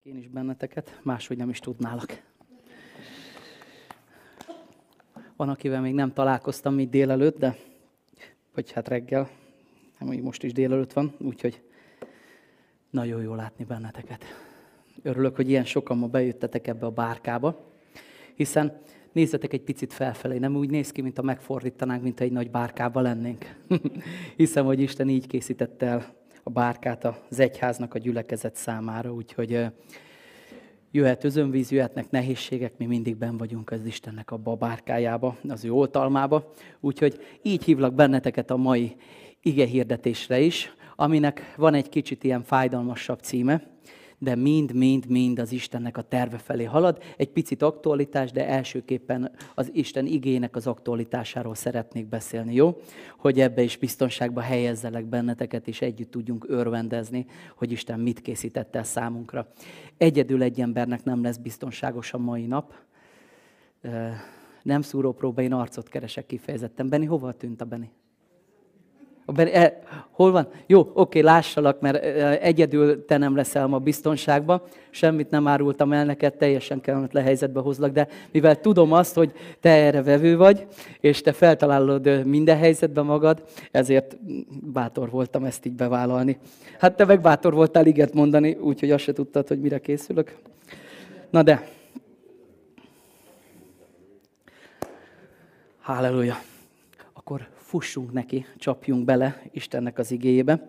Én is benneteket, máshogy nem is tudnálak. Van, akivel még nem találkoztam így délelőtt, de vagy hát reggel, nem, most is délelőtt van, úgyhogy nagyon jó látni benneteket. Örülök, hogy ilyen sokan ma bejöttetek ebbe a bárkába, hiszen nézzetek egy picit felfelé, nem úgy néz ki, mint ha megfordítanánk, mint ha egy nagy bárkába lennénk. Hiszem, hogy Isten így készítette el a bárkát az egyháznak a gyülekezet számára, úgyhogy jöhet özönvíz, jöhetnek nehézségek, mi mindig benn vagyunk az Istennek abba a bárkájába, az ő oltalmába. Úgyhogy így hívlak benneteket a mai igehirdetésre is, aminek van egy kicsit ilyen fájdalmasabb címe, de mind az Istennek a terve felé halad. Egy picit aktualitás, de elsőképpen az Isten igének az aktualitásáról szeretnék beszélni, jó? Hogy ebbe is biztonságba helyezzelek benneteket, és együtt tudjunk örvendezni, hogy Isten mit készített el számunkra. Egyedül egy embernek nem lesz biztonságos a mai nap. Nem szúrópróba, én arcot keresek kifejezetten. Benni, hova tűnt a Benni? Hol van? Jó, oké, lássalak, mert egyedül te nem leszel ma biztonságban. Semmit nem árultam el neked, teljesen kellemetlen helyzetbe hozlak, de mivel tudom azt, hogy te erre vevő vagy, és te feltalálod minden helyzetben magad, ezért bátor voltam ezt így bevállalni. Hát te meg bátor voltál igent mondani, úgyhogy azt se tudtad, hogy mire készülök. Na de. Halleluja. Akkor fussunk neki, csapjunk bele Istennek az igéjébe.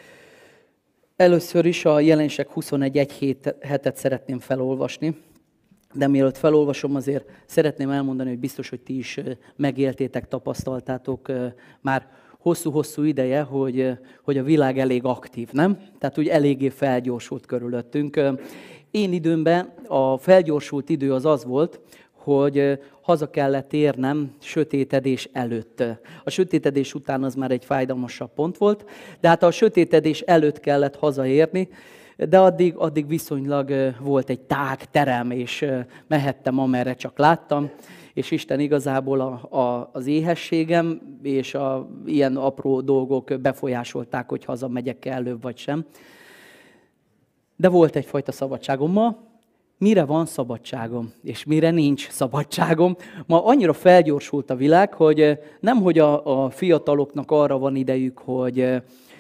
Először is a Jelenések 21:1-7-et szeretném felolvasni, de mielőtt felolvasom, azért szeretném elmondani, hogy biztos, hogy ti is megéltétek, tapasztaltátok már hosszú-hosszú ideje, hogy a világ elég aktív, nem? Tehát úgy eléggé felgyorsult körülöttünk. Én időmben a felgyorsult idő az volt, hogy haza kellett érnem sötétedés előtt. A sötétedés után az már egy fájdalmasabb pont volt, de hát a sötétedés előtt kellett hazaérni, de addig viszonylag volt egy tág terem, és mehettem, amerre csak láttam, és Isten igazából az éhességem és ilyen apró dolgok befolyásolták, hogy hazamegyek előbb vagy sem. De volt egyfajta szabadságom. Ma mire van szabadságom, és mire nincs szabadságom? Ma annyira felgyorsult a világ, hogy nemhogy a fiataloknak arra van idejük, hogy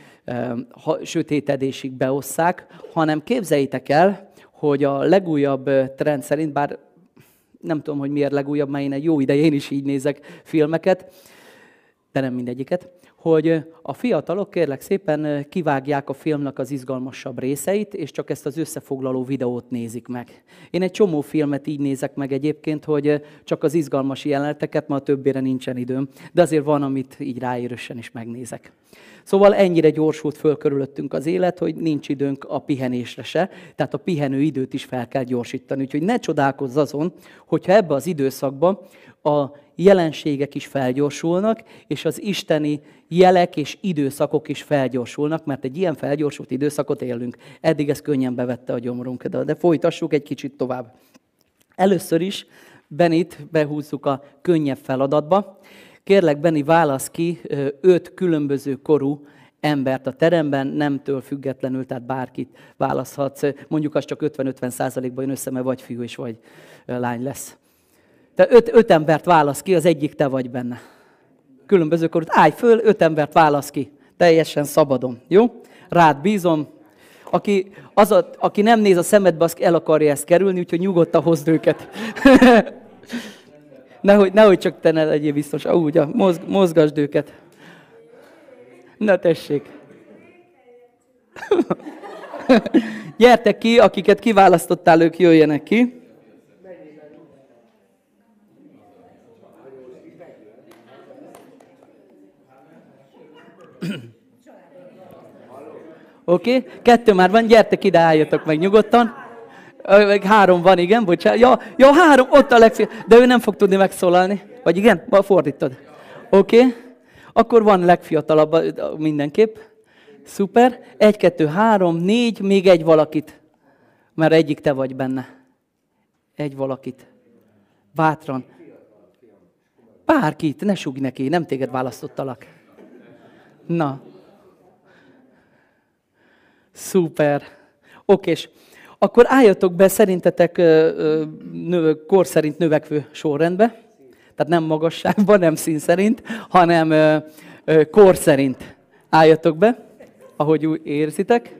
sötétedésig beosszák, hanem képzeljétek el, hogy a legújabb trend szerint, bár nem tudom, hogy miért legújabb, mert én egy jó ideje, én is így nézek filmeket, de nem mindegyiket, hogy a fiatalok kérlek szépen kivágják a filmnek az izgalmasabb részeit, és csak ezt az összefoglaló videót nézik meg. Én egy csomó filmet így nézek meg egyébként, hogy csak az izgalmas jeleneteket, ma a többére nincsen időm, de azért van, amit így ráérősen is megnézek. Szóval ennyire gyorsult föl körülöttünk az élet, hogy nincs időnk a pihenésre se, tehát a pihenő időt is fel kell gyorsítani. Úgyhogy ne csodálkozz azon, hogyha ebbe az időszakban a jelenségek is felgyorsulnak, és az isteni jelek és időszakok is felgyorsulnak, mert egy ilyen felgyorsult időszakot élünk. Eddig ez könnyen bevette a gyomrunkat, de folytassuk egy kicsit tovább. Először is Benit behúzzuk a könnyebb feladatba. Kérlek, Beni, válasz ki 5 különböző korú embert a teremben, nemtől függetlenül, tehát bárkit választhatsz. Mondjuk az csak 50-50%-ban jön össze, mert vagy fiú és vagy lány lesz. Te 5 embert válasz ki, az egyik te vagy benne. Különböző korút. Állj föl, 5 embert válasz ki. Teljesen szabadon. Jó? Rád bízom. Aki nem néz a szemedbe, az el akarja ezt kerülni, úgyhogy nyugodtan hozd őket. nehogy csak te ne legyél biztos. Úgy, mozgasd őket. Na tessék. Gyertek ki, akiket kiválasztottál, ők jöjjenek ki. Oké? 2 már van, gyertek ide, álljatok meg nyugodtan. 3 van, igen, bocsánat. Ja, 3, ott a legfél. De ő nem fog tudni megszólalni. Vagy igen? Fordítod. Oké? Akkor van legfiatalabb mindenképp. Szuper. 1, 2, 3, 4, még egy valakit. Mert egyik te vagy benne. Egy valakit. Bátran. Bárkit, ne sugj neki, nem téged választottalak. Na. Szuper. Oké, és akkor álljatok be szerintetek kor szerint növekvő sorrendbe. Tehát nem magasságban, nem szín szerint, hanem kor szerint álljatok be, ahogy úgy érzitek.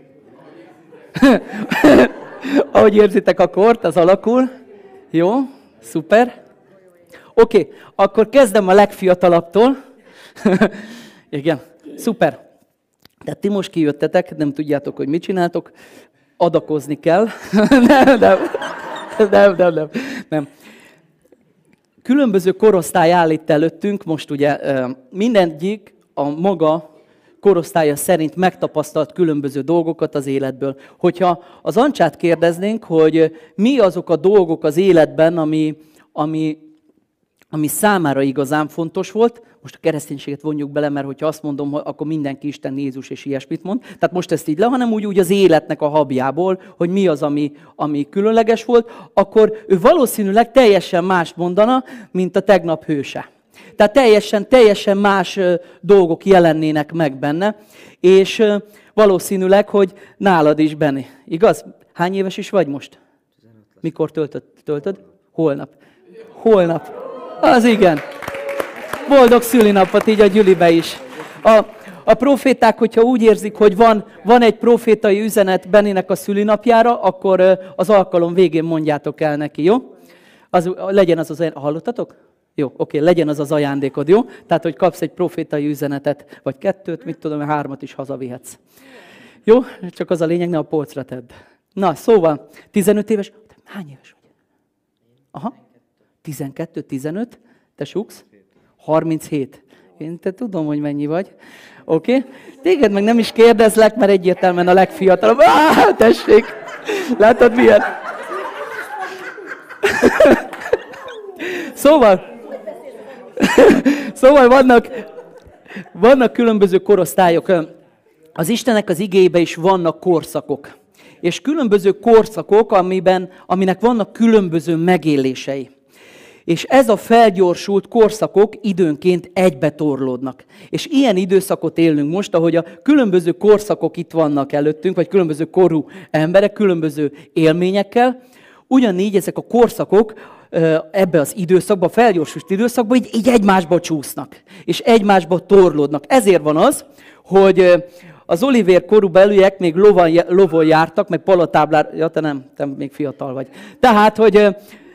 Ahogy érzitek a kort, az alakul. Jó, szuper. Oké, akkor kezdem a legfiatalabbtól. Igen, szuper. Tehát ti most kijöttetek, nem tudjátok, hogy mit csináltok. Adakozni kell. Nem. Különböző korosztály áll itt előttünk, most ugye mindegyik a maga korosztálya szerint megtapasztalt különböző dolgokat az életből. Hogyha az Ancsát kérdeznénk, hogy mi azok a dolgok az életben, ami számára igazán fontos volt, most a kereszténységet vonjuk bele, mert hogyha azt mondom, akkor mindenki Isten, Jézus és ilyesmit mond. Tehát most ezt így le, hanem úgy az életnek a habjából, hogy mi az, ami különleges volt, akkor ő valószínűleg teljesen mást mondana, mint a tegnap hőse. Tehát teljesen más dolgok jelennének meg benne, és valószínűleg, hogy nálad is, Benni. Igaz? Hány éves is vagy most? 15 lesz. Mikor töltöd? Holnap. Holnap. Az igen. Boldog szülinapot így a Gyülibe is. A proféták, hogyha úgy érzik, hogy van egy profétai üzenet Benninek a szülinapjára, akkor az alkalom végén mondjátok el neki, jó? Legyen az hallottatok? Jó, oké, legyen az ajándékod, jó? Tehát, hogy kapsz egy profétai üzenetet, vagy 2, mit tudom, 3 is hazavihetsz. Jó? Csak az a lényeg, ne a polcra tedd. Na, szóval, 15 éves, hány éves vagy? Aha, 12, 15, te suksz? 37. Én te tudom, hogy mennyi vagy. Oké? Téged meg nem is kérdezlek, mert egyértelműen a legfiatalabb. Tessék! Látod milyen? Szóval vannak különböző korosztályok. Az Istennek az igéjében is vannak korszakok. És különböző korszakok, aminek vannak különböző megélései. És ez a felgyorsult korszakok időnként egybetorlódnak. És ilyen időszakot élünk most, ahogy a különböző korszakok itt vannak előttünk, vagy különböző korú emberek, különböző élményekkel. Ugyanígy ezek a korszakok ebbe az időszakba, a felgyorsult időszakba így egymásba csúsznak, és egymásba torlódnak. Ezért van az, hogy az Olivér korú belüliek még lovon jártak, meg palotáblára, ja te még fiatal vagy. Tehát, hogy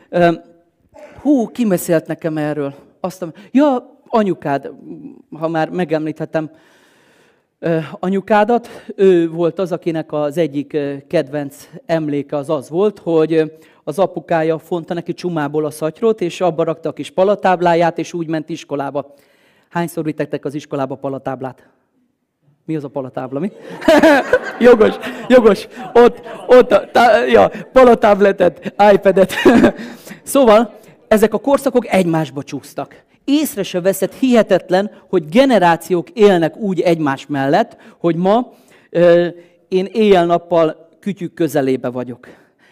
ki beszélt nekem erről? Anyukád, ha már megemlíthetem anyukádat, ő volt az, akinek az egyik kedvenc emléke az volt, hogy az apukája fonta neki csumából a szatyrot, és abba rakta a kis palatábláját, és úgy ment iskolába. Hányszor vittek az iskolába palatáblát? Mi az a palatábla, mi? Jogos. Ott palatábletet, iPad-et. Szóval ezek a korszakok egymásba csúsztak. Észre se veszed, hihetetlen, hogy generációk élnek úgy egymás mellett, hogy ma én éjjel-nappal kütyük közelébe vagyok.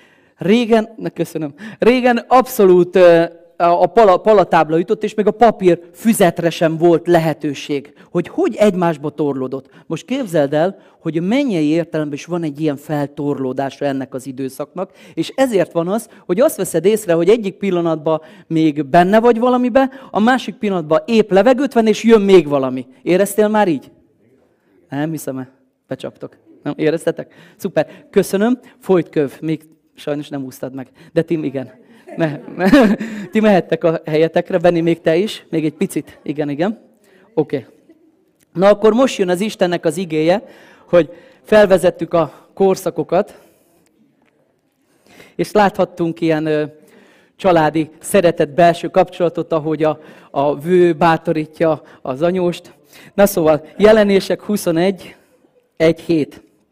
Régen abszolút a palatábla jutott, és még a papír füzetre sem volt lehetőség, hogy egymásba torlódott. Most képzeld el, hogy a mennyei értelemben is van egy ilyen feltorlódása ennek az időszaknak, és ezért van az, hogy azt veszed észre, hogy egyik pillanatban még benne vagy valamibe, a másik pillanatban épp levegőt van, és jön még valami. Éreztél már így? Nem hiszem, becsaptok. Nem, éreztetek? Szuper. Köszönöm. Folyt köv. Még sajnos nem úsztad meg. De ti igen. Ti mehettek a helyetekre, Benni, még te is. Még egy picit. Igen. Oké. Na akkor most jön az Istennek az igéje, hogy felvezettük a korszakokat, és láthattunk ilyen családi szeretett belső kapcsolatot, ahogy a vő bátorítja az anyóst. Na szóval, Jelenések 21, 1-7.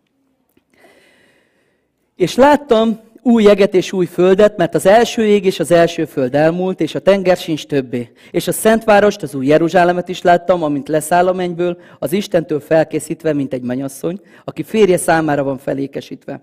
És láttam új jeget és új földet, mert az első ég és az első föld elmúlt, és a tenger sincs többé. És a Szentvárost, az új Jeruzsálemet is láttam, amint leszáll a mennyből, az Istentől felkészítve, mint egy mennyasszony, aki férje számára van felékesítve.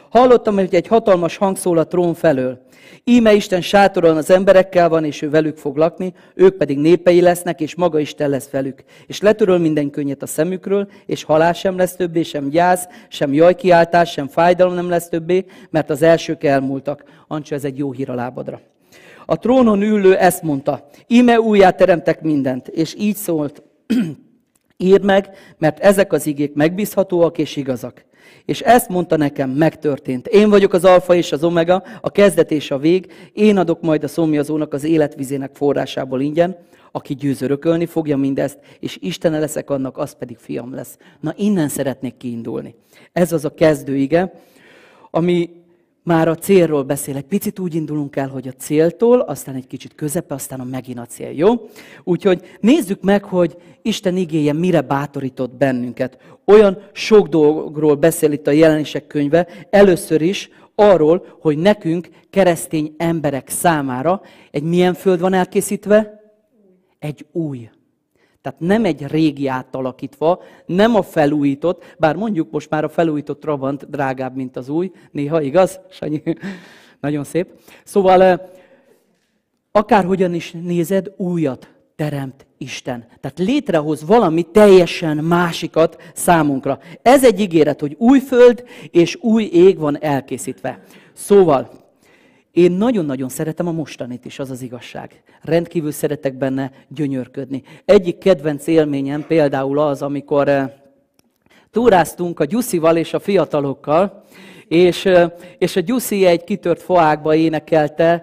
Hallottam, hogy egy hatalmas hang szól a trón felől. Íme Isten sátoron az emberekkel van, és ő velük fog lakni, ők pedig népei lesznek, és maga Isten lesz velük. És letöröl minden könnyet a szemükről, és halál sem lesz többé, sem gyász, sem jajkiáltás, sem fájdalom nem lesz többé, mert az elsők elmúltak. Ancsa, ez egy jó hír a lábadra. A trónon ülő ezt mondta, íme újjá teremtek mindent, és így szólt, írd meg, mert ezek az igék megbízhatóak és igazak. És ezt mondta nekem, megtörtént. Én vagyok az alfa és az omega, a kezdet és a vég. Én adok majd a szomjazónak az életvizének forrásából ingyen. Aki győz örökölni fogja mindezt, és Istene leszek annak, az pedig fiam lesz. Na, innen szeretnék kiindulni. Ez az a kezdőige, ami már a célról beszél. Egy picit úgy indulunk el, hogy a céltól, aztán egy kicsit közepe, aztán megint a cél, jó? Úgyhogy nézzük meg, hogy Isten igéje mire bátorított bennünket. Olyan sok dologról beszél itt a Jelenések könyve, először is arról, hogy nekünk, keresztény emberek számára egy milyen föld van elkészítve? Egy új. Tehát nem egy régi átalakítva, nem a felújított, bár mondjuk most már a felújított Trabant drágább, mint az új, néha, igaz? Sanyi? Nagyon szép. Szóval akárhogyan is nézed, újat teremt Isten. Tehát létrehoz valami teljesen másikat számunkra. Ez egy ígéret, hogy új föld és új ég van elkészítve. Szóval én nagyon-nagyon szeretem a mostanit is, az az igazság. Rendkívül szeretek benne gyönyörködni. Egyik kedvenc élményem például az, amikor túráztunk a Gyuszival és a fiatalokkal, és a Gyuszi egy kitört faágba énekelte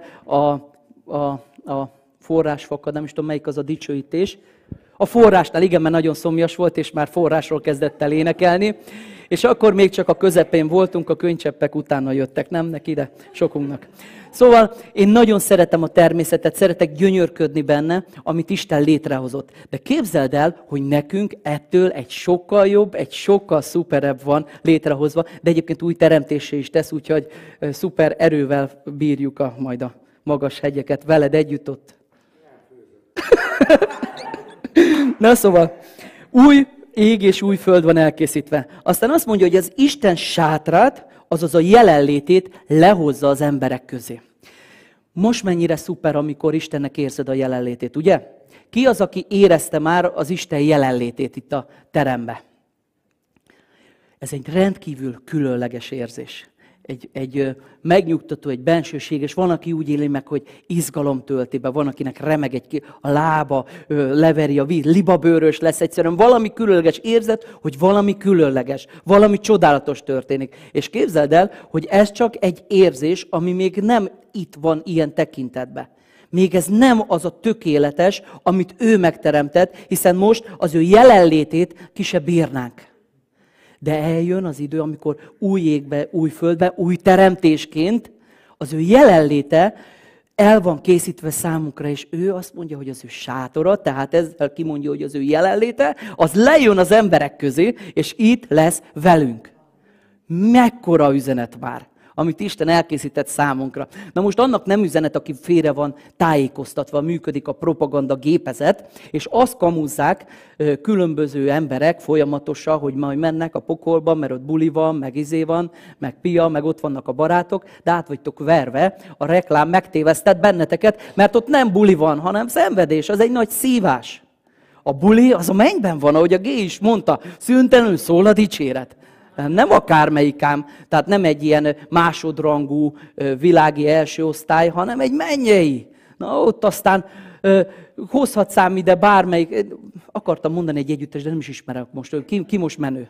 a forrásfakad, nem is tudom melyik az a dicsőítés. A forrásnál, igen, mert nagyon szomjas volt, és már forrásról kezdett el énekelni. És akkor még csak a közepén voltunk, a könycseppek utána jöttek, nem neki, de sokunknak. Szóval én nagyon szeretem a természetet, szeretek gyönyörködni benne, amit Isten létrehozott. De képzeld el, hogy nekünk ettől egy sokkal jobb, egy sokkal szuperebb van létrehozva, de egyébként új teremtésé is tesz, úgyhogy szuper erővel bírjuk majd a magas hegyeket veled együtt ott. Na szóval, új ég és új föld van elkészítve. Aztán azt mondja, hogy az Isten sátrát, azaz a jelenlétét lehozza az emberek közé. Most mennyire szuper, amikor Istennek érzed a jelenlétét, ugye? Ki az, aki érezte már az Isten jelenlétét itt a terembe? Ez egy rendkívül különleges érzés. Egy megnyugtató, egy bensőséges. Van, aki úgy éli meg, hogy izgalom tölti be, van, akinek remeg a lába, leveri a víz, libabőrös lesz egyszerűen. Valami különleges érzet, hogy valami különleges, valami csodálatos történik. És képzeld el, hogy ez csak egy érzés, ami még nem itt van ilyen tekintetben. Még ez nem az a tökéletes, amit ő megteremtett, hiszen most az ő jelenlétét ki se bírnánk. De eljön az idő, amikor új égbe, új földbe, új teremtésként az ő jelenléte el van készítve számunkra, és ő azt mondja, hogy az ő sátora, tehát ezzel kimondja, hogy az ő jelenléte, az lejön az emberek közé, és itt lesz velünk. Mekkora üzenet már, amit Isten elkészített számunkra. Na most annak nem üzenet, aki félre van tájékoztatva, működik a propaganda gépezet, és azt kamuzzák különböző emberek folyamatosan, hogy majd mennek a pokolba, mert ott buli van, meg izé van, meg pia, meg ott vannak a barátok, de át vagytok verve, a reklám megtévesztett benneteket, mert ott nem buli van, hanem szenvedés, az egy nagy szívás. A buli az a mennyben van, ahogy a G is mondta, szüntelenül szól a dicséret. Nem akármelyikám, tehát nem egy ilyen másodrangú világi első osztály, hanem egy mennyei. Na ott aztán hozhatsz ám ide bármelyik, akartam mondani egy együttes, de nem is ismerek most. Ki most menő?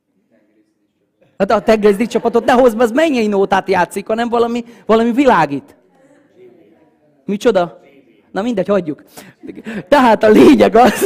Hát a Tegrészdi csapatot ne hozd be, az mennyei nótát játszik, hanem valami világít. Micsoda? Na mindegy, hagyjuk. Tehát a lényeg az,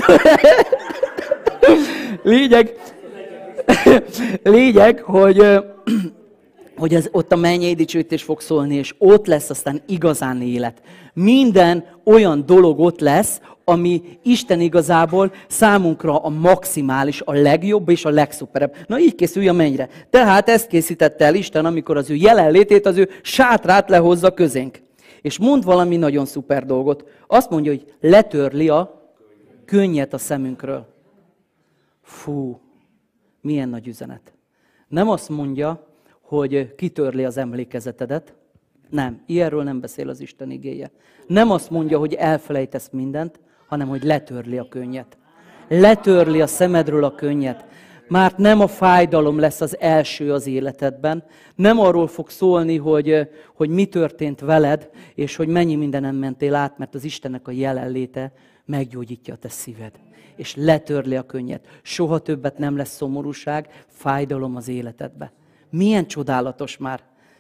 lényeg, hogy ez ott a mennyei dicsőítés fog szólni, és ott lesz aztán igazán élet. Minden olyan dolog ott lesz, ami Isten igazából számunkra a maximális, a legjobb és a legszuperebb. Na így készülj a mennyre. Tehát ezt készítette el Isten, amikor az ő jelenlétét, az ő sátrát lehozza közénk. És mond valami nagyon szuper dolgot. Azt mondja, hogy letörli a könnyet a szemünkről. Fú, milyen nagy üzenet. Nem azt mondja, hogy kitörli az emlékezetedet. Nem, ilyenről nem beszél az Isten igéje. Nem azt mondja, hogy elfelejtesz mindent, hanem hogy letörli a könnyet. Letörli a szemedről a könnyet. Már nem a fájdalom lesz az első az életedben. Nem arról fog szólni, hogy mi történt veled, és hogy mennyi mindenen mentél át, mert az Istennek a jelenléte meggyógyítja a te szíved. És letörli a könnyet. Soha többet nem lesz szomorúság, fájdalom az életedbe. Milyen csodálatos már.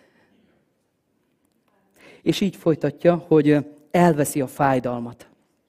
És így folytatja, hogy elveszi a fájdalmat.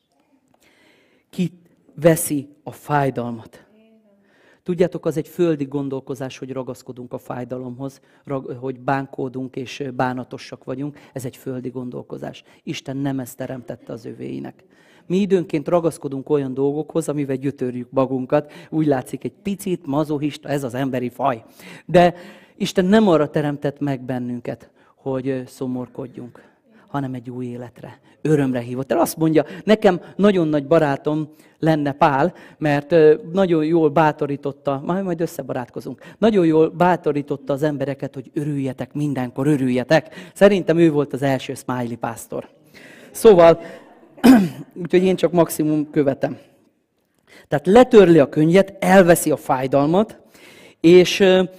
Ki veszi a fájdalmat? Tudjátok, az egy földi gondolkozás, hogy ragaszkodunk a fájdalomhoz, hogy bánkódunk és bánatosak vagyunk. Ez egy földi gondolkozás. Isten nem ezt teremtette az övéinek. Mi időnként ragaszkodunk olyan dolgokhoz, amivel gyötörjük magunkat. Úgy látszik, egy picit mazochista, ez az emberi faj. De Isten nem arra teremtett meg bennünket, hogy szomorkodjunk, hanem egy új életre, örömre hívott el. Azt mondja, nekem nagyon nagy barátom lenne Pál, mert nagyon jól bátorította, majd összebarátkozunk, nagyon jól bátorította az embereket, hogy örüljetek, mindenkor örüljetek. Szerintem ő volt az első smiley pásztor. Szóval, úgyhogy én csak maximum követem. Tehát letörli a könnyet, elveszi a fájdalmat, és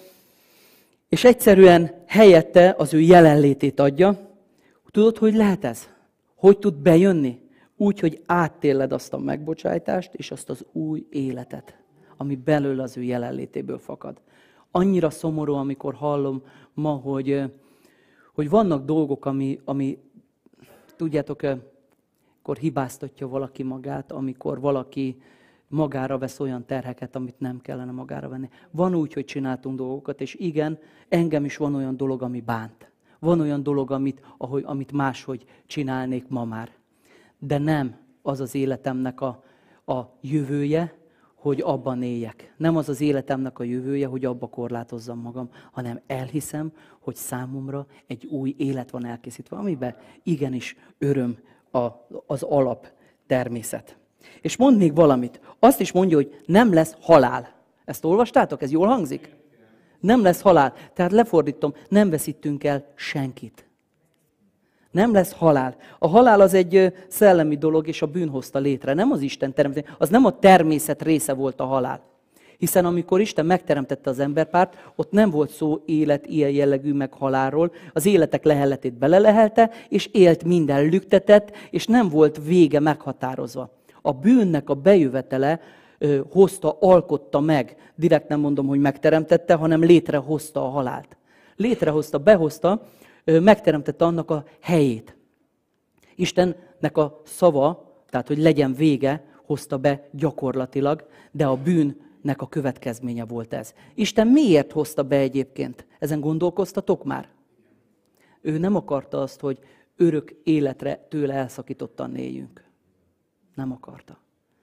egyszerűen helyette az ő jelenlétét adja. Tudod, hogy lehet ez? Hogy tud bejönni? Úgy, hogy áttéled azt a megbocsájtást, és azt az új életet, ami belőle az ő jelenlétéből fakad. Annyira szomorú, amikor hallom ma, hogy vannak dolgok, ami tudjátok, akkor hibáztatja valaki magát, amikor valaki magára vesz olyan terheket, amit nem kellene magára venni. Van úgy, hogy csináltunk dolgokat, és igen, engem is van olyan dolog, ami bánt. Van olyan dolog, amit máshogy csinálnék ma már. De nem az az életemnek a jövője, hogy abban éljek. Nem az az életemnek a jövője, hogy abba korlátozzam magam, hanem elhiszem, hogy számomra egy új élet van elkészítve, amiben igenis öröm az alap természet. És mond még valamit. Azt is mondja, hogy nem lesz halál. Ezt olvastátok? Ez jól hangzik? Nem lesz halál. Tehát lefordítom, nem veszítünk el senkit. Nem lesz halál. A halál az egy szellemi dolog, és a bűn hozta létre. Nem az Isten teremtette. Az nem a természet része volt a halál. Hiszen amikor Isten megteremtette az emberpárt, ott nem volt szó élet ilyen jellegű meg halálról. Az életek lehelletét belelehelte, és élt minden, lüktetett, és nem volt vége meghatározva. A bűnnek a bejövetele hozta, alkotta meg. Direkt nem mondom, hogy megteremtette, hanem létrehozta a halált. Létrehozta, behozta, megteremtette annak a helyét. Istennek a szava, tehát hogy legyen vége, hozta be gyakorlatilag, de a bűnnek a következménye volt ez. Isten miért hozta be egyébként? Ezen gondolkoztatok már? Ő nem akarta azt, hogy örök életre tőle elszakítottan éljünk. Nem akarta.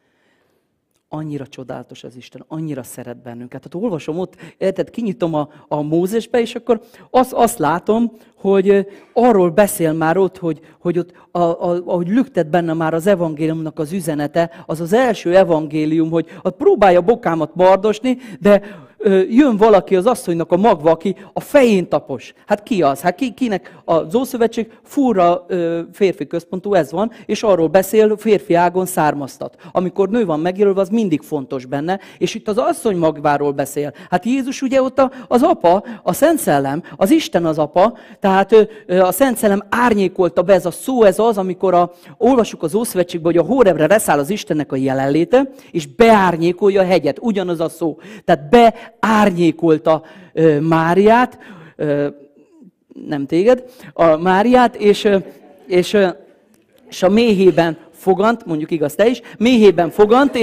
Annyira csodálatos az Isten, annyira szeret bennünket. Hát olvasom ott, tehát kinyitom a Mózesbe, és akkor azt látom, hogy arról beszél már ott, hogy ott, ahogy lüktet benne már az evangéliumnak az üzenete, az az első evangélium, hogy próbálja bokámat mardosni, de jön valaki az asszonynak a magva, aki a fején tapos. Hát ki az? Hát kinek az Ószövetség furra férfi központú, ez van, és arról beszél, férfi ágon származtat. Amikor nő van megjelölve, az mindig fontos benne, és itt az asszony magváról beszél. Hát Jézus ugye ott az apa, a Szent Szellem, az Isten az apa, tehát a Szent Szellem árnyékolta be, ez a szó, ez az, amikor olvassuk az Ószövetségben, hogy a Hórebre leszáll az Istennek a jelenléte, és beárnyékolja a hegyet, ugyanaz a szó. Tehát beárnyékolta Máriát, nem téged, a Máriát, és a méhében fogant, mondjuk igaz te is, méhében fogant,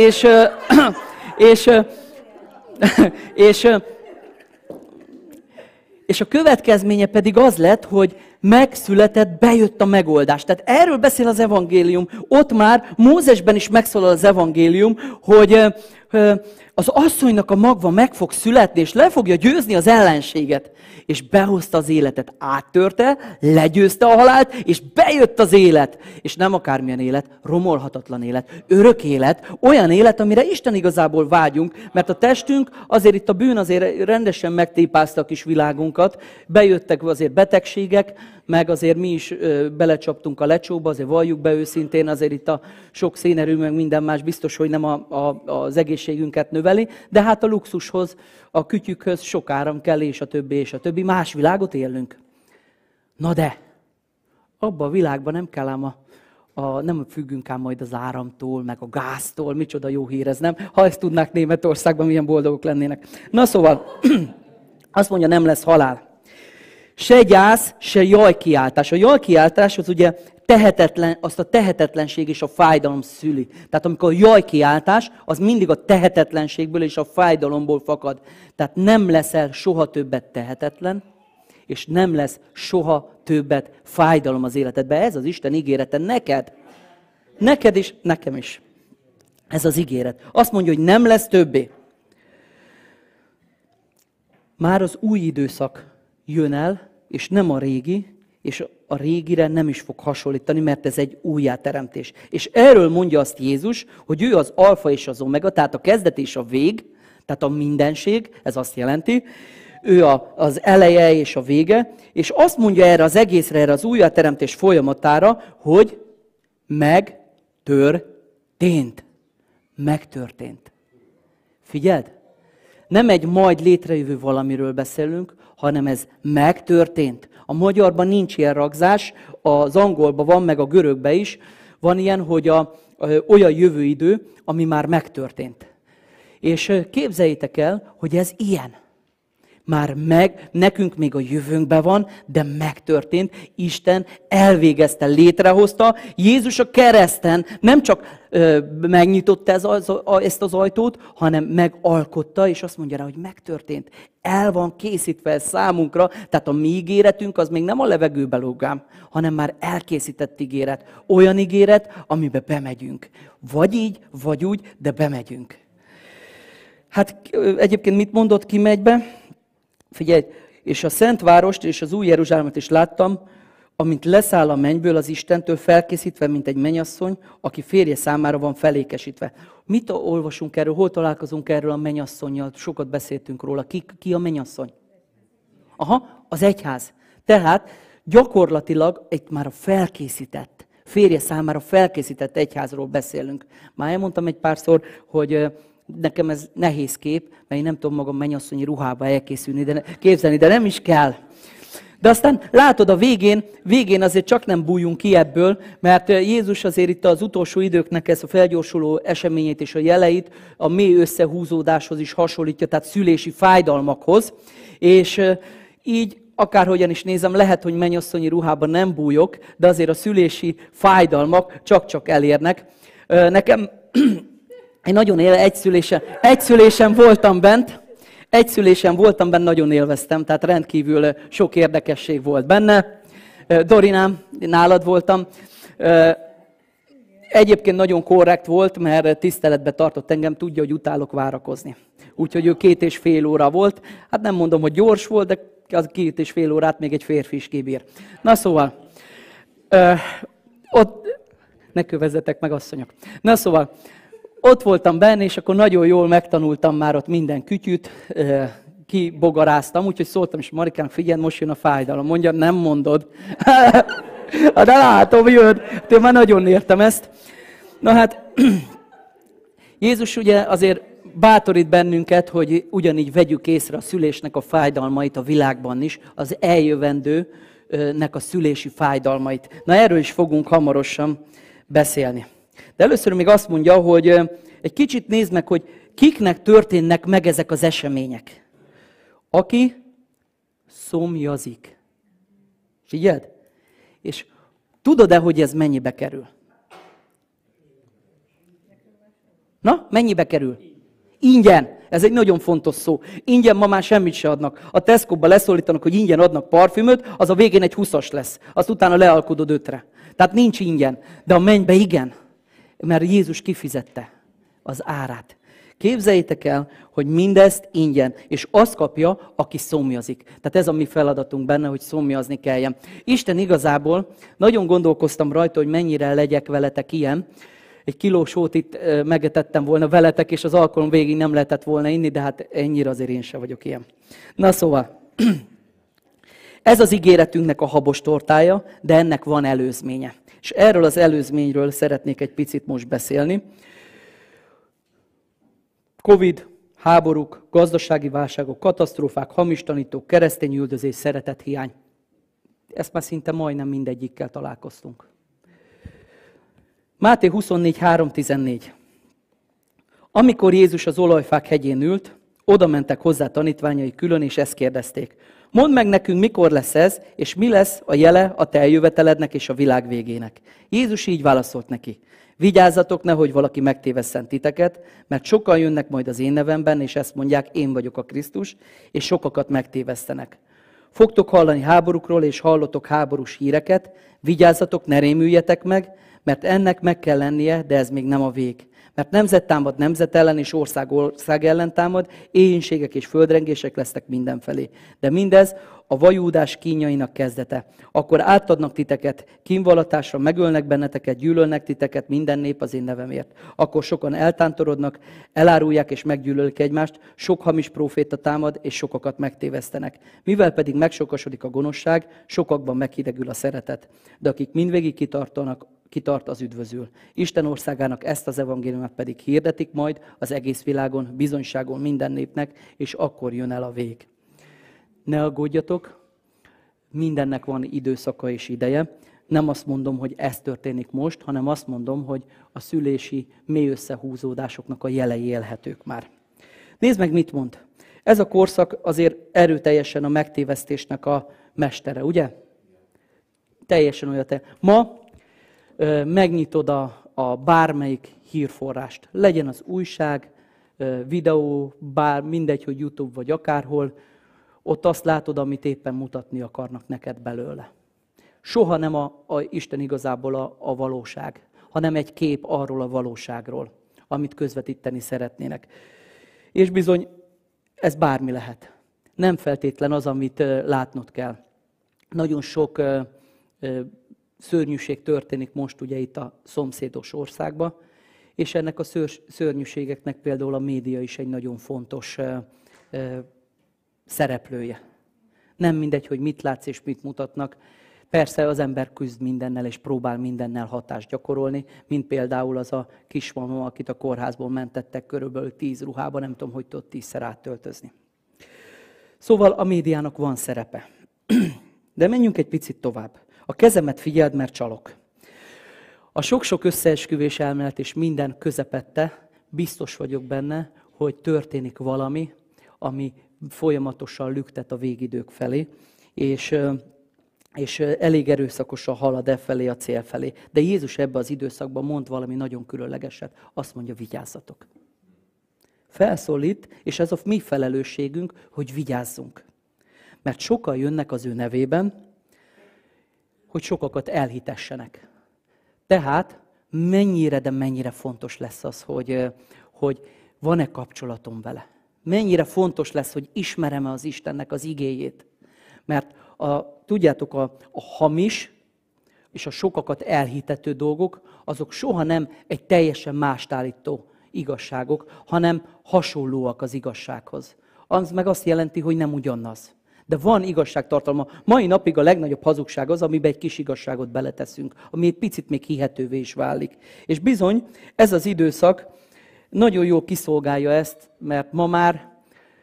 és a következménye pedig az lett, hogy megszületett, bejött a megoldás. Tehát erről beszél az evangélium. Ott már Mózesben is megszólal az evangélium, az asszonynak a magva meg fog születni, és le fogja győzni az ellenséget. És behozta az életet, áttörte, legyőzte a halált, és bejött az élet. És nem akármilyen élet, romolhatatlan élet, örök élet, olyan élet, amire Isten igazából vágyunk, mert a testünk, azért itt a bűn azért rendesen megtépázta a kis világunkat, bejöttek azért betegségek, meg azért mi is belecsaptunk a lecsóba, azért valljuk be őszintén, azért itt a sok szénerő, meg minden más biztos, hogy nem az egészségünket növeli, de hát a luxushoz, a kütyükhöz sok áram kell, és a többi, más világot élünk. Na de, abban a világban nem kell ám nem függünk ám majd az áramtól, meg a gáztól, micsoda jó hír ez, nem? Ha ezt tudnák Németországban, milyen boldogok lennének. Na szóval, azt mondja, nem lesz halál. Se gyász, se jajkiáltás. A jajkiáltás az ugye azt a tehetetlenség és a fájdalom szüli. Tehát amikor a jajkiáltás, az mindig a tehetetlenségből és a fájdalomból fakad. Tehát nem leszel soha többet tehetetlen, és nem lesz soha többet fájdalom az életedben. Ez az Isten ígérete neked. Neked is, nekem is. Ez az ígéret. Azt mondja, hogy nem lesz többé. Már az új időszak jön el, és nem a régi, és a régire nem is fog hasonlítani, mert ez egy újjáteremtés. És erről mondja azt Jézus, hogy ő az alfa és az omega, tehát a kezdet és a vég, tehát a mindenség, ez azt jelenti, ő az eleje és a vége, és azt mondja erre az egészre, erre az újjáteremtés folyamatára, hogy megtörtént. Megtörtént. Figyeld? Nem egy majd létrejövő valamiről beszélünk, hanem ez megtörtént. A magyarban nincs ilyen ragzás, az angolban van, meg a görögben is. Van ilyen, hogy olyan jövőidő, ami már megtörtént. És képzeljétek el, hogy ez ilyen. Már nekünk még a jövőnkben van, de megtörtént. Isten elvégezte, létrehozta. Jézus a kereszten nem csak megnyitotta ezt az ajtót, hanem megalkotta, és azt mondja rá, hogy megtörtént. El van készítve ez számunkra, tehát a mi ígéretünk az még nem a levegőbe lógám, hanem már elkészített ígéret. Olyan ígéret, amiben bemegyünk. Vagy így, vagy úgy, de bemegyünk. Hát egyébként mit mondott, ki megy be? Figyelj, és a Szent Várost és az Új Jeruzsálemet is láttam, amint leszáll a mennyből az Istentől felkészítve, mint egy mennyasszony, aki férje számára van felékesítve. Mit olvasunk erről, hol találkozunk erről a mennyasszonnyal? Sokat beszéltünk róla. Ki a mennyasszony? Aha, az egyház. Tehát gyakorlatilag itt már a felkészített, férje számára felkészített egyházról beszélünk. Már elmondtam egy párszor, hogy nekem ez nehéz kép, mert én nem tudom magam mennyasszonyi ruhába elkészülni, képzelni, de nem is kell. De aztán látod, a végén azért csak nem bújjunk ki ebből, mert Jézus azért itt az utolsó időknek ezt a felgyorsuló eseményét és a jeleit a mély összehúzódáshoz is hasonlítja, tehát szülési fájdalmakhoz, és így akárhogyan is nézem, lehet, hogy mennyasszonyi ruhában nem bújok, de azért a szülési fájdalmak csak-csak elérnek. Nekem én nagyon egy szülésen voltam bent, nagyon élveztem, tehát rendkívül sok érdekesség volt benne. Dorinám, nálad voltam. Egyébként nagyon korrekt volt, mert tiszteletbe tartott engem, tudja, hogy utálok várakozni. Úgyhogy ő 2,5 óra volt. Hát nem mondom, hogy gyors volt, de az 2,5 órát még egy férfi is kibír. Na szóval, ott ne kövezzetek meg, asszonyok. Na szóval, ott voltam benne, és akkor nagyon jól megtanultam már ott minden kütyüt, kibogaráztam, úgyhogy szóltam is Marikának, figyelj, most jön a fájdalom. Mondja, nem mondod. De látom, jön. Én már nagyon értem ezt. Na hát, Jézus ugye azért bátorít bennünket, hogy ugyanígy vegyük észre a szülésnek a fájdalmait a világban is, az eljövendőnek a szülési fájdalmait. Na erről is fogunk hamarosan beszélni. De először még azt mondja, hogy egy kicsit nézd meg, hogy kiknek történnek meg ezek az események. Aki szomjazik. Figyeld? És tudod-e, hogy ez mennyibe kerül? Na, mennyibe kerül? Ingyen. Ez egy nagyon fontos szó. Ingyen ma már semmit se adnak. A Tesco-ba leszólítanak, hogy ingyen adnak parfümöt, az a végén egy 20-as lesz. Azt utána lealkudod 5-re. Tehát nincs ingyen. De a mennybe igen. Mert Jézus kifizette az árát. Képzeljétek el, hogy mindezt ingyen, és azt kapja, aki szomjazik. Tehát ez a mi feladatunk benne, hogy szomjazni kelljen. Isten igazából, nagyon gondolkoztam rajta, hogy mennyire legyek veletek ilyen. Egy kiló sót itt megetettem volna veletek, és az alkalom végig nem lehetett volna inni, de hát ennyire azért én sem vagyok ilyen. Na szóval, ez az ígéretünknek a habos tortája, de ennek van előzménye. És erről az előzményről szeretnék egy picit most beszélni. Covid, háborúk, gazdasági válságok, katasztrófák, hamis tanítók, keresztényüldözés, szeretethiány. Ezt már szinte majdnem mindegyikkel találkoztunk. Máté 24:3-14. Amikor Jézus az olajfák hegyén ült, oda mentek hozzá tanítványai külön, és ezt kérdezték. Mondd meg nekünk, mikor lesz ez, és mi lesz a jele a te eljövetelednek és a világ végének. Jézus így válaszolt neki. Vigyázzatok, nehogy valaki megtévesszen titeket, mert sokan jönnek majd az én nevemben, és ezt mondják, én vagyok a Krisztus, és sokakat megtévesztenek. Fogtok hallani háborúkról, és hallotok háborús híreket, vigyázzatok, ne rémüljetek meg, mert ennek meg kell lennie, de ez még nem a vég. Mert nemzet támad nemzet ellen, és ország ellen támad, éhínségek és földrengések lesznek mindenfelé. De mindez a vajúdás kínjainak kezdete. Akkor átadnak titeket kínvallatásra, megölnek benneteket, gyűlölnek titeket minden nép az én nevemért. Akkor sokan eltántorodnak, elárulják és meggyűlölik egymást, sok hamis próféta támad, és sokakat megtévesztenek. Mivel pedig megsokasodik a gonoszság, sokakban meghidegül a szeretet. De akik mindvégig kitart az üdvözül. Isten országának ezt az evangéliumát pedig hirdetik majd az egész világon, bizonyságon minden népnek, és akkor jön el a vég. Ne aggódjatok, mindennek van időszaka és ideje. Nem azt mondom, hogy ez történik most, hanem azt mondom, hogy a szülési mély összehúzódásoknak a jelei élhetők már. Nézd meg, mit mond. Ez a korszak azért erőteljesen a megtévesztésnek a mestere, ugye? Teljesen olyan. Ma megnyitod a bármelyik hírforrást. Legyen az újság, videó, bár mindegy, hogy YouTube vagy akárhol, ott azt látod, amit éppen mutatni akarnak neked belőle. Soha nem Isten igazából a valóság, hanem egy kép arról a valóságról, amit közvetíteni szeretnének. És bizony, ez bármi lehet. Nem feltétlen az, amit látnod kell. Nagyon sok szörnyűség történik most ugye itt a szomszédos országban, és ennek a szörnyűségeknek például a média is egy nagyon fontos szereplője. Nem mindegy, hogy mit látsz és mit mutatnak. Persze az ember küzd mindennel és próbál mindennel hatást gyakorolni, mint például az a kismama, akit a kórházból mentettek körülbelül 10 ruhába, nem tudom, hogy tudott 10-szer áttöltözni. Szóval a médiának van szerepe. De menjünk egy picit tovább. A kezemet figyeld, mert csalok. A sok-sok összeesküvés elmélet és minden közepette biztos vagyok benne, hogy történik valami, ami folyamatosan lüktet a végidők felé, és elég erőszakosan halad e felé, a cél felé. De Jézus ebbe az időszakban mond valami nagyon különlegeset. Azt mondja, vigyázzatok. Felszólít, és ez a mi felelősségünk, hogy vigyázzunk. Mert sokan jönnek az ő nevében, hogy sokakat elhitessenek. Tehát mennyire, de mennyire fontos lesz az, hogy van-e kapcsolatom vele. Mennyire fontos lesz, hogy ismerem-e az Istennek az igéjét. Mert tudjátok, a hamis és a sokakat elhitető dolgok, azok soha nem egy teljesen mást állító igazságok, hanem hasonlóak az igazsághoz. Az meg azt jelenti, hogy nem ugyanaz. De van igazságtartalma. Mai napig a legnagyobb hazugság az, amiben egy kis igazságot beleteszünk, ami egy picit még hihetővé is válik. És bizony, ez az időszak nagyon jól kiszolgálja ezt, mert ma már,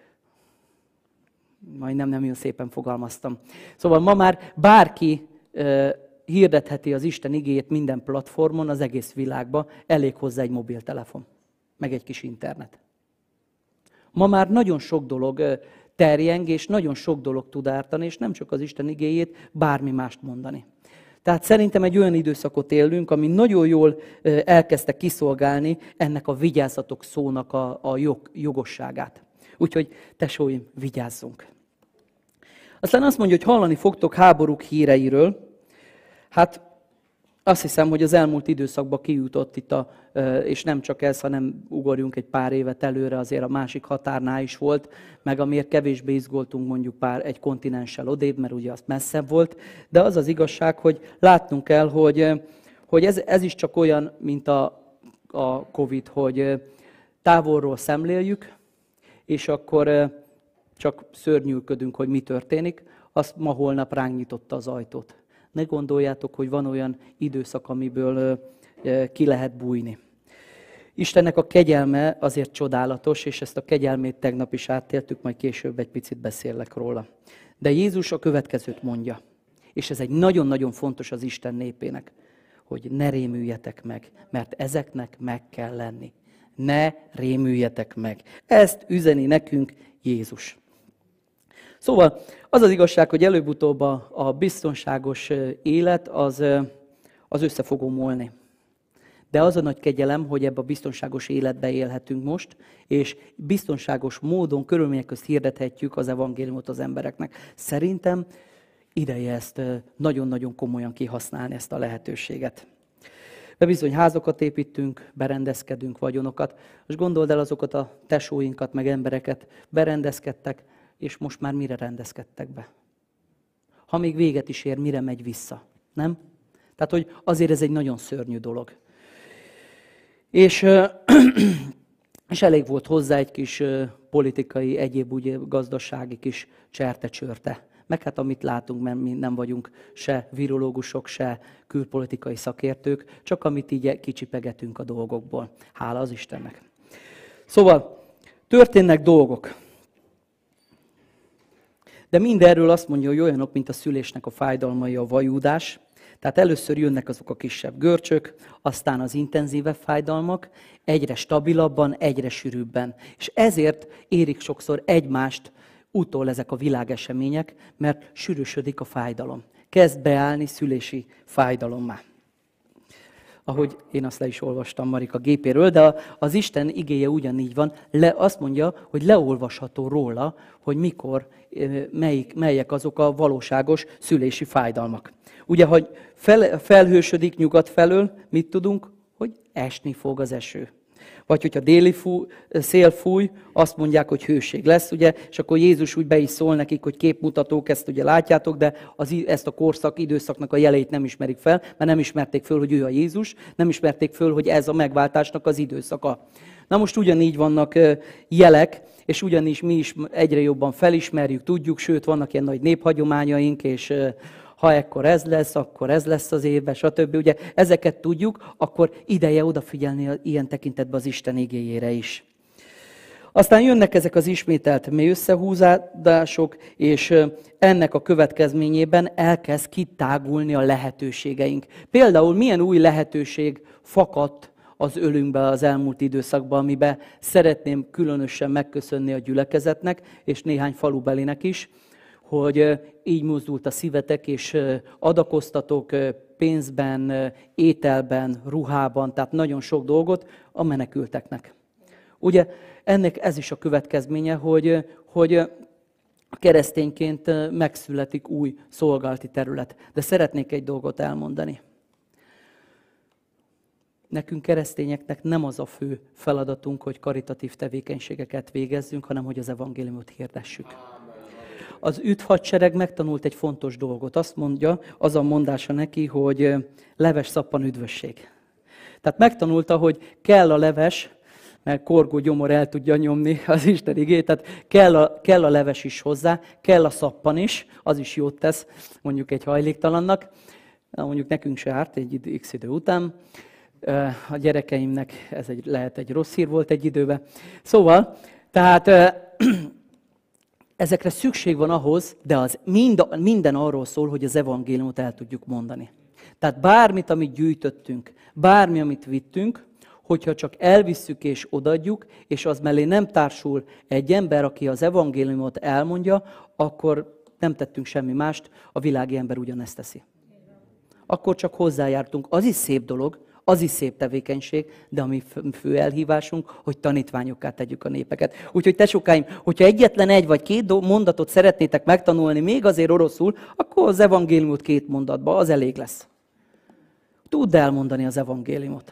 majdnem nem jól szépen fogalmaztam, szóval ma már bárki hirdetheti az Isten igéjét minden platformon, az egész világban, elég hozzá egy mobiltelefon, meg egy kis internet. Ma már nagyon sok dolog terjeng, és nagyon sok dolog tud ártani, és nem csak az Isten igéjét, bármi mást mondani. Tehát szerintem egy olyan időszakot élünk, ami nagyon jól elkezdte kiszolgálni ennek a vigyázzatok szónak a jogosságát. Úgyhogy tesóim, vigyázzunk. Aztán azt mondja, hogy hallani fogtok háborúk híreiről. Hát azt hiszem, hogy az elmúlt időszakban kijutott itt, és nem csak ez, hanem ugorjunk egy pár évet előre, azért a másik határnál is volt, meg amiért kevésbé izgultunk mondjuk egy kontinenssel odébb, mert ugye az messzebb volt, de az az igazság, hogy látnunk kell, hogy ez is csak olyan, mint a Covid, hogy távolról szemléljük, és akkor csak szörnyűködünk, hogy mi történik, azt ma holnap ránk nyitotta az ajtót. Ne gondoljátok, hogy van olyan időszak, amiből ki lehet bújni. Istennek a kegyelme azért csodálatos, és ezt a kegyelmét tegnap is áttéltük, majd később egy picit beszélek róla. De Jézus a következőt mondja, és ez egy nagyon-nagyon fontos az Isten népének, hogy ne rémüljetek meg, mert ezeknek meg kell lenni. Ne rémüljetek meg. Ezt üzeni nekünk Jézus. Szóval az az igazság, hogy előbb-utóbb a biztonságos élet az össze fog omolni. De az a nagy kegyelem, hogy ebbe a biztonságos életbe élhetünk most, és biztonságos módon, körülmények közt hirdethetjük az evangéliumot az embereknek. Szerintem ideje ezt nagyon-nagyon komolyan kihasználni, ezt a lehetőséget. De bizony házakat építünk, berendezkedünk, vagyonokat. Most gondold el azokat a tesóinkat, meg embereket, berendezkedtek, és most már mire rendezkedtek be? Ha még véget is ér, mire megy vissza? Nem? Tehát, hogy azért ez egy nagyon szörnyű dolog. És elég volt hozzá egy kis politikai, egyéb úgy gazdasági kis cserte-csörte. Meg hát amit látunk, mert mi nem vagyunk se virológusok, se külpolitikai szakértők, csak amit így kicsipegetünk a dolgokból. Hála az Istennek. Szóval történnek dolgok. De mindenről azt mondja, hogy olyanok, mint a szülésnek a fájdalmai, a vajúdás. Tehát először jönnek azok a kisebb görcsök, aztán az intenzívebb fájdalmak, egyre stabilabban, egyre sűrűbben. És ezért érik sokszor egymást utol ezek a világesemények, mert sűrűsödik a fájdalom. Kezd beállni szülési fájdalommá. Ahogy én azt le is olvastam Marika gépéről, de az Isten igéje ugyanígy van. Azt mondja, hogy leolvasható róla, hogy mikor, melyek azok a valóságos szülési fájdalmak. Ugye, hogy felhősödik nyugat felől, mit tudunk? Hogy esni fog az eső. Vagy hogyha déli szél fúj, azt mondják, hogy hőség lesz, ugye, és akkor Jézus úgy be is szól nekik, hogy képmutatók, ezt ugye látjátok, de ezt a időszaknak a jeleit nem ismerik fel, mert nem ismerték föl, hogy ő a Jézus, nem ismerték föl, hogy ez a megváltásnak az időszaka. Na most ugyanígy vannak jelek, és ugyanis mi is egyre jobban felismerjük, tudjuk, sőt, vannak ilyen nagy néphagyományaink, és ha ekkor ez lesz, akkor ez lesz az évben, stb. Ugye ezeket tudjuk, akkor ideje odafigyelni ilyen tekintetben az Isten igéjére is. Aztán jönnek ezek az ismételt mély összehúzódások, és ennek a következményében elkezd kitágulni a lehetőségeink. Például milyen új lehetőség fakadt az ölünkbe az elmúlt időszakban, amiben szeretném különösen megköszönni a gyülekezetnek, és néhány falubelinek is, hogy így mozdult a szívetek, és adakoztatok pénzben, ételben, ruhában, tehát nagyon sok dolgot a menekülteknek. Ugye ennek ez is a következménye, hogy keresztényként megszületik új szolgálati terület. De szeretnék egy dolgot elmondani. Nekünk keresztényeknek nem az a fő feladatunk, hogy karitatív tevékenységeket végezzünk, hanem hogy az evangéliumot hirdessük. Az üdvhadsereg megtanult egy fontos dolgot. Azt mondja, az a mondása neki, hogy leves, szappan, üdvösség. Tehát megtanulta, hogy kell a leves, mert korgó gyomor el tudja nyomni az Isten igét, tehát kell a leves is hozzá, kell a szappan is, az is jót tesz mondjuk egy hajléktalannak, mondjuk nekünk se árt egy x idő után. A gyerekeimnek ez lehet egy rossz hír volt egy időben. Szóval, tehát ezekre szükség van ahhoz, de minden arról szól, hogy az evangéliumot el tudjuk mondani. Tehát bármit, amit gyűjtöttünk, bármi, amit vittünk, hogyha csak elvisszük és odaadjuk, és az mellé nem társul egy ember, aki az evangéliumot elmondja, akkor nem tettünk semmi mást, a világi ember ugyanezt teszi. Akkor csak hozzájártunk. Az is szép dolog, az is szép tevékenység, de a mi fő elhívásunk, hogy tanítványokká tegyük a népeket. Úgyhogy tesókáim, hogyha egyetlen egy vagy két mondatot szeretnétek megtanulni, még azért oroszul, akkor az evangéliumot 2 mondatban, az elég lesz. Tudd elmondani az evangéliumot.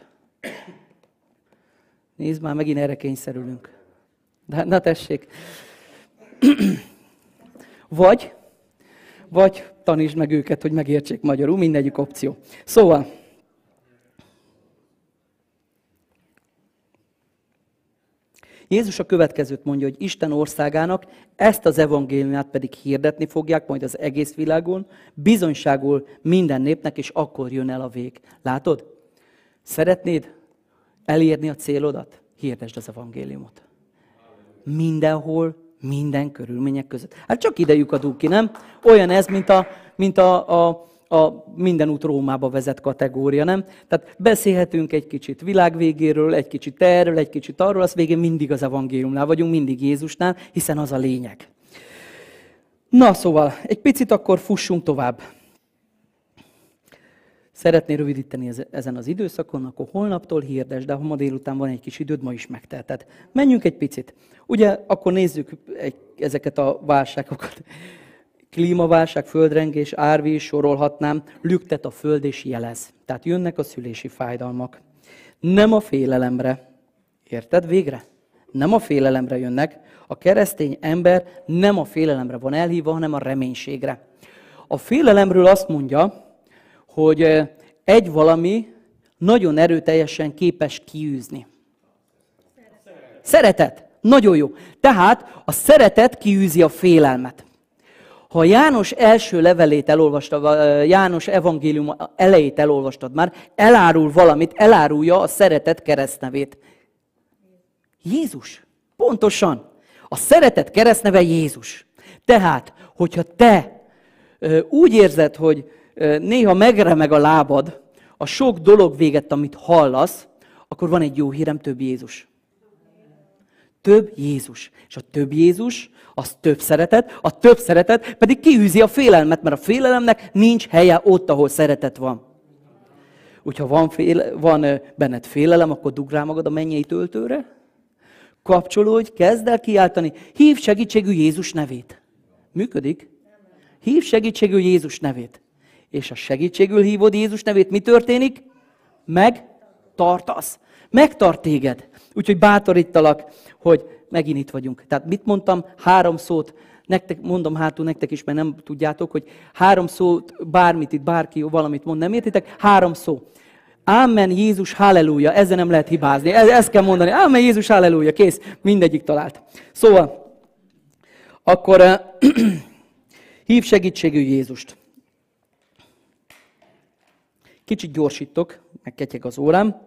Nézd, már megint erre kényszerülünk. De, na tessék. Vagy tanítsd meg őket, hogy megértsék magyarul, mindegyik opció. Szóval, Jézus a következőt mondja, hogy Isten országának ezt az evangéliumát pedig hirdetni fogják majd az egész világon, bizonyságul minden népnek, és akkor jön el a vég. Látod? Szeretnéd elérni a célodat? Hirdesd az evangéliumot. Mindenhol, minden körülmények között. Hát csak idejük adunk ki, nem? Olyan ez, mint a minden út Rómába vezet kategória, nem? Tehát beszélhetünk egy kicsit világ végéről, egy kicsit erről, egy kicsit arról, az végén mindig az evangéliumnál vagyunk, mindig Jézusnál, hiszen az a lényeg. Na szóval, egy picit akkor fussunk tovább. Szeretnél rövidíteni ezen az időszakon, akkor holnaptól hirdesd, de ha ma délután van egy kis időd, ma is megteheted. Menjünk egy picit. Ugye, akkor nézzük ezeket a válságokat. Klímaválság, földrengés, árvíz, sorolhatnám, lüktet a föld és jelez. Tehát jönnek a szülési fájdalmak. Nem a félelemre. Érted végre? Nem a félelemre jönnek. A keresztény ember nem a félelemre van elhívva, hanem a reménységre. A félelemről azt mondja, hogy egy valami nagyon erőteljesen képes kiűzni. Szeretet. Nagyon jó. Tehát a szeretet kiűzi a félelmet. Ha János első levelét elolvastad, János evangélium elejét elolvastad már, elárul valamit, elárulja a szeretet keresztnevét. Jézus. Pontosan. A szeretet keresztneve Jézus. Tehát, hogyha te úgy érzed, hogy néha megremeg a lábad a sok dolog véget, amit hallasz, akkor van egy jó hírem, több Jézus. Több Jézus. És a több Jézus, az több szeretet, a több szeretet pedig kiűzi a félelmet, mert a félelemnek nincs helye ott, ahol szeretet van. Úgyha van benned félelem, akkor dugd rá magad a mennyei töltőre, kapcsolódj, kezd el kiáltani, hívd segítségű Jézus nevét. Működik? Hívd segítségű Jézus nevét. És ha segítségül hívod Jézus nevét, mi történik? Megtartasz. Megtart téged. Úgyhogy bátorítalak, hogy megint itt vagyunk. Tehát mit mondtam? 3 szót, nektek, mondom hátul nektek is, mert nem tudjátok, hogy 3 szót, bármit itt, bárki valamit mond, nem értitek? 3 szó. Ámen, Jézus, halleluja. Ezzel nem lehet hibázni. Ezt kell mondani. Ámen, Jézus, halleluja. Kész. Mindegyik talált. Szóval, akkor hív segítségű Jézust. Kicsit gyorsítok, meg ketyeg az órám.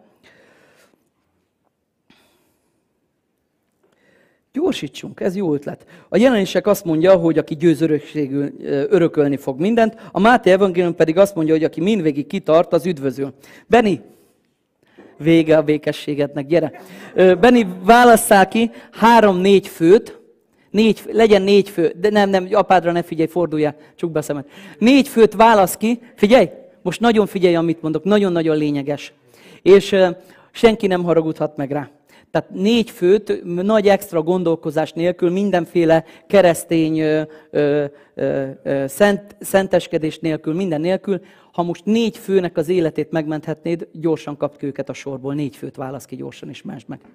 Gyorsítsunk, ez jó ötlet. A jelenések azt mondja, hogy aki győz örökségül örökölni fog mindent, a Máté evangélium pedig azt mondja, hogy aki mindvégig kitart, az üdvözül. Benni, vége a békességednek, gyere. Benni, válasszál ki 3-4 főt, legyen 4 fő, de nem, apádra ne figyelj, forduljál, csukd be a szemed. 4 főt válasz ki, figyelj, most nagyon figyelj, amit mondok, nagyon-nagyon lényeges. És senki nem haragudhat meg rá. Tehát 4 főt, nagy extra gondolkozás nélkül, mindenféle keresztény szenteskedés nélkül, minden nélkül, ha most 4 főnek az életét megmenthetnéd, gyorsan kapd ki őket a sorból. 4 főt válasz ki gyorsan, és másd meg.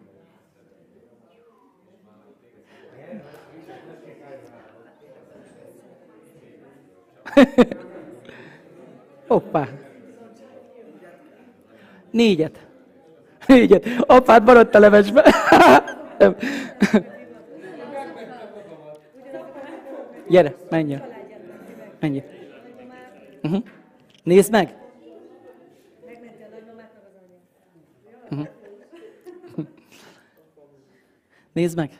Hoppá. 4. Apád maradt a levesbe. Gyere, menj. Nézd meg. Nézd meg.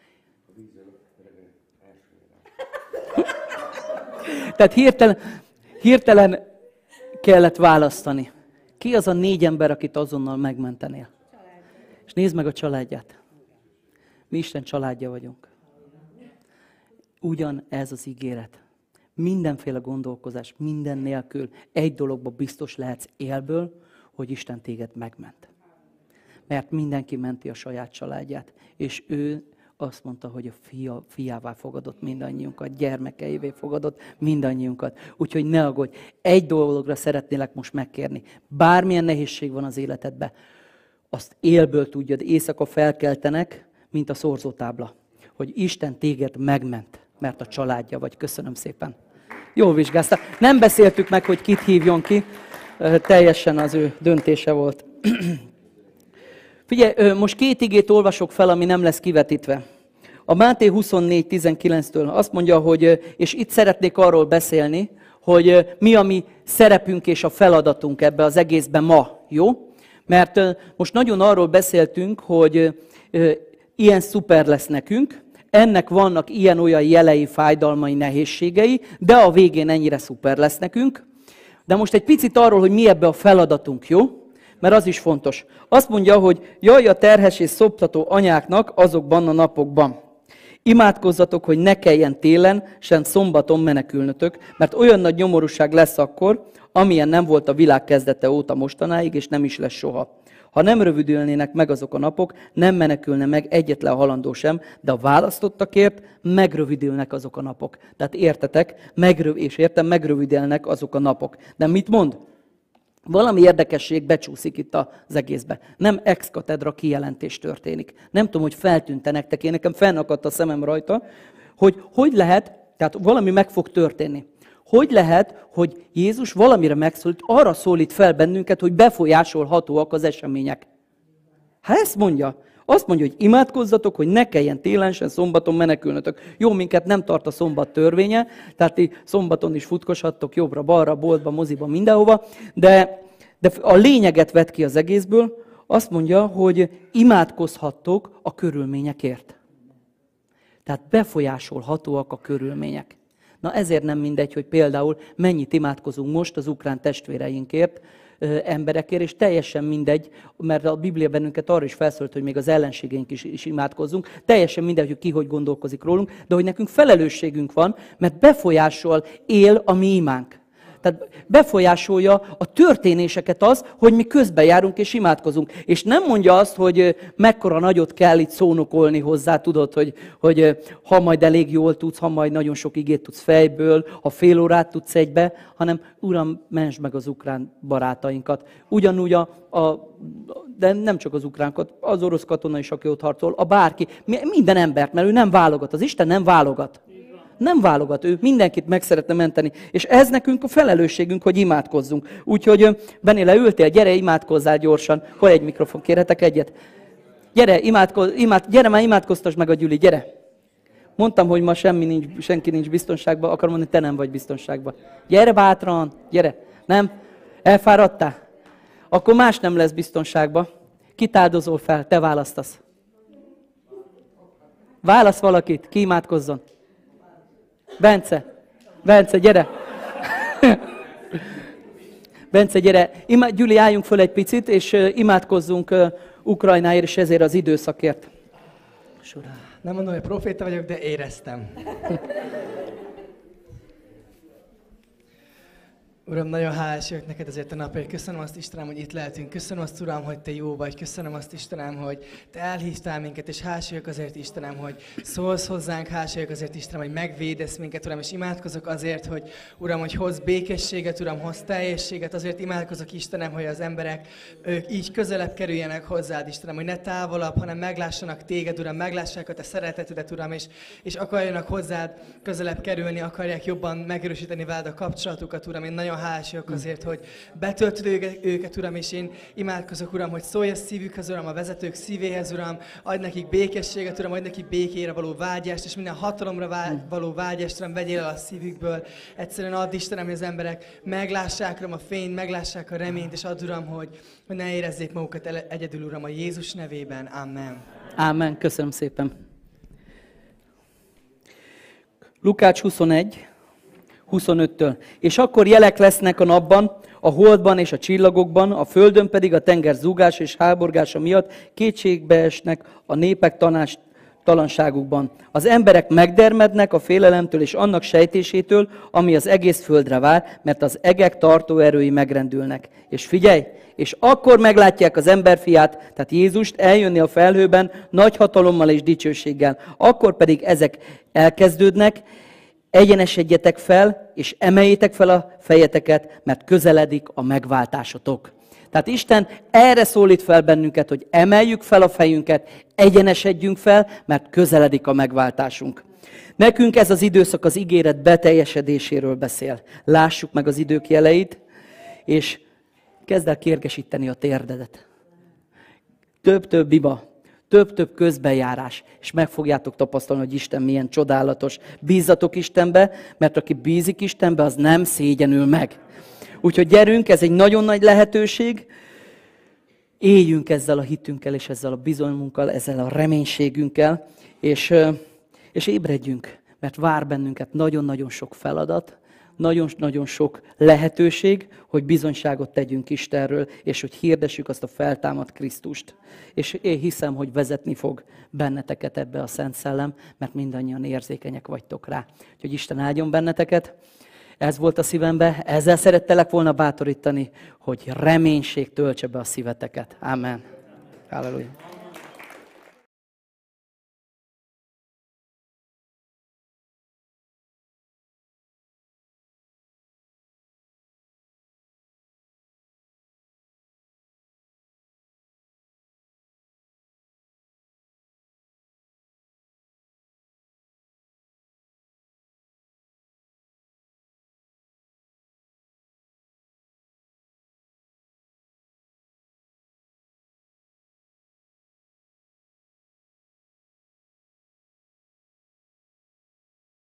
Tehát hirtelen kellett választani. Ki az a 4 ember, akit azonnal megmentenél? És nézd meg a családját. Mi Isten családja vagyunk. Ugyan ez az ígéret. Mindenféle gondolkozás, minden nélkül egy dologban biztos lehetsz élből, hogy Isten téged megment. Mert mindenki menti a saját családját. És ő Azt mondta, hogy a fiává fogadott mindannyiunkat, gyermekeivé fogadott mindannyiunkat. Úgyhogy ne aggódj, egy dologra szeretnélek most megkérni. Bármilyen nehézség van az életedben, azt élből tudjad, éjszaka felkeltenek, mint a szorzótábla, hogy Isten téged megment, mert a családja vagy. Köszönöm szépen. Jól vizsgáztál. Nem beszéltük meg, hogy kit hívjon ki, teljesen az ő döntése volt. Figyelj, most 2 igét olvasok fel, ami nem lesz kivetítve. A Máté 24:19-től azt mondja, hogy, és itt szeretnék arról beszélni, hogy mi a mi szerepünk és a feladatunk ebbe az egészben ma, jó? Mert most nagyon arról beszéltünk, hogy ilyen szuper lesz nekünk, ennek vannak ilyen-olyan jelei, fájdalmai, nehézségei, de a végén ennyire szuper lesz nekünk. De most egy picit arról, hogy mi ebbe a feladatunk, jó? Mert az is fontos. Azt mondja, hogy jaj a terhes és szoptató anyáknak azokban a napokban. Imádkozzatok, hogy ne kelljen télen, sem szombaton menekülnötök, mert olyan nagy nyomorúság lesz akkor, amilyen nem volt a világ kezdete óta mostanáig, és nem is lesz soha. Ha nem rövidülnének meg azok a napok, nem menekülne meg egyetlen halandó sem, de a választottakért megrövidülnek azok a napok. Tehát értetek, megrövidülnek azok a napok. De mit mond? Valami érdekesség becsúszik itt az egészbe. Nem ex cathedra kijelentés történik. Nem tudom, hogy feltűnt-e nektek, én nekem fennakadt a szemem rajta, hogy lehet, tehát valami meg fog történni. Hogy lehet, hogy Jézus valamire megszólít, arra szólít fel bennünket, hogy befolyásolhatóak az események. Hát ezt mondja. Azt mondja, hogy imádkozzatok, hogy ne kelljen télen sem szombaton menekülnötök. Jó, minket nem tart a szombat törvénye, tehát ti szombaton is futkoshattok jobbra-balra, boltba, moziba, mindenhova, de a lényeget vett ki az egészből, azt mondja, hogy imádkozhattok a körülményekért. Tehát befolyásolhatóak a körülmények. Na ezért nem mindegy, hogy például mennyit imádkozunk most az ukrán testvéreinkért, emberekért, és teljesen mindegy, mert a Biblia bennünket arra is felszólt, hogy még az ellenségeink is imádkozzunk, teljesen mindegy, hogy ki hogy gondolkozik rólunk, de hogy nekünk felelősségünk van, mert befolyásol él a mi imánk. Tehát befolyásolja a történéseket az, hogy mi közben járunk és imádkozunk. És nem mondja azt, hogy mekkora nagyot kell itt szónokolni hozzá, tudod, hogy ha majd elég jól tudsz, ha majd nagyon sok igét tudsz fejből, ha fél órát tudsz egybe, hanem Uram, mentsd meg az ukrán barátainkat. Ugyanúgy de nem csak az ukránkat, az orosz katona is, aki ott harcol, a bárki, minden embert, mert ő nem válogat, az Isten nem válogat. Nem válogat, ő mindenkit meg szeretne menteni. És ez nekünk a felelősségünk, hogy imádkozzunk. Úgyhogy Benni, leültél, gyere, imádkozzál gyorsan. Hol egy mikrofon, kérhetek egyet? Gyere, gyere már, imádkoztasd meg a Gyüli, gyere. Mondtam, hogy ma senki nincs biztonságban, akarom mondani, te nem vagy biztonságban. Gyere bátran, gyere. Nem? Elfáradtál? Akkor más nem lesz biztonságban. Kit áldozol fel? Te választasz. Válasz valakit, ki imádkozzon. Bence, gyere! Bence, gyere! Gyüli, álljunk föl egy picit, és imádkozzunk Ukrajnáért, és ezért az időszakért. Nem mondom, hogy proféta vagyok, de éreztem. Uram, nagyon hálás vagyok neked ezért a napért. Köszönöm azt, Istenem, hogy itt lehetünk. Köszönöm azt, Uram, hogy te jó vagy. Köszönöm azt, Istenem, hogy te elhívtál minket, és hálás vagyok azért, Istenem, hogy szólsz hozzánk. Hálás vagyok azért, Istenem, hogy megvédesz minket, Uram, és imádkozok azért, hogy Uram, hogy hoz békességet, Uram, hoz teljességet. Azért imádkozok, Istenem, hogy az emberek ők így közelebb kerüljenek hozzád, Istenem, hogy ne távolabb, hanem meglássanak téged, Uram, meglássák a te szeretetedet, Uram, és akarjanak hozzád közelebb kerülni, akarják jobban megerősíteni veled a kapcsolatukat, Uram. Én nagyon hálás vagyok azért, hogy betöltöd őket, Uram, és én imádkozok, Uram, hogy szólj a szívükhöz, Uram, a vezetők szívéhez, Uram, adj nekik békességet, Uram, adj nekik békére való vágyást, és minden hatalomra való vágyást, Uram, vegyél el a szívükből. Egyszerűen add, Istenem, hogy az emberek meglássák, Uram, a fényt, meglássák a reményt, és add, Uram, hogy ne érezzék magukat egyedül, Uram, a Jézus nevében. Amen. Ámen. Köszönöm szépen. Lukács 21. 25-től. És akkor jelek lesznek a napban, a holdban és a csillagokban, a földön pedig a tenger zúgás és háborgása miatt kétségbe esnek a népek talanságukban. Az emberek megdermednek a félelemtől és annak sejtésétől, ami az egész földre vár, mert az egek tartóerői megrendülnek. És figyelj, és akkor meglátják az emberfiát, tehát Jézust eljönni a felhőben nagy hatalommal és dicsőséggel. Akkor pedig ezek elkezdődnek, egyenesedjetek fel, és emeljétek fel a fejeteket, mert közeledik a megváltásotok. Tehát Isten erre szólít fel bennünket, hogy emeljük fel a fejünket, egyenesedjünk fel, mert közeledik a megváltásunk. Nekünk ez az időszak az ígéret beteljesedéséről beszél. Lássuk meg az idők jeleit, és kezd el kérgesíteni a térdedet. Több-több biba, több-több közbejárás, és meg fogjátok tapasztalni, hogy Isten milyen csodálatos. Bízzatok Istenbe, mert aki bízik Istenbe, az nem szégyenül meg. Úgyhogy gyerünk, ez egy nagyon nagy lehetőség, éljünk ezzel a hitünkkel, és ezzel a bizonymunkkal, ezzel a reménységünkkel, és ébredjünk, mert vár bennünket nagyon-nagyon sok feladat, nagyon-nagyon sok lehetőség, hogy bizonyságot tegyünk Istenről, és hogy hirdessük azt a feltámadt Krisztust. És én hiszem, hogy vezetni fog benneteket ebbe a Szent Szellem, mert mindannyian érzékenyek vagytok rá. Úgyhogy Isten áldjon benneteket. Ez volt a szívembe, ezzel szerettelek volna bátorítani, hogy reménység töltse be a szíveteket. Amen. Halleluja.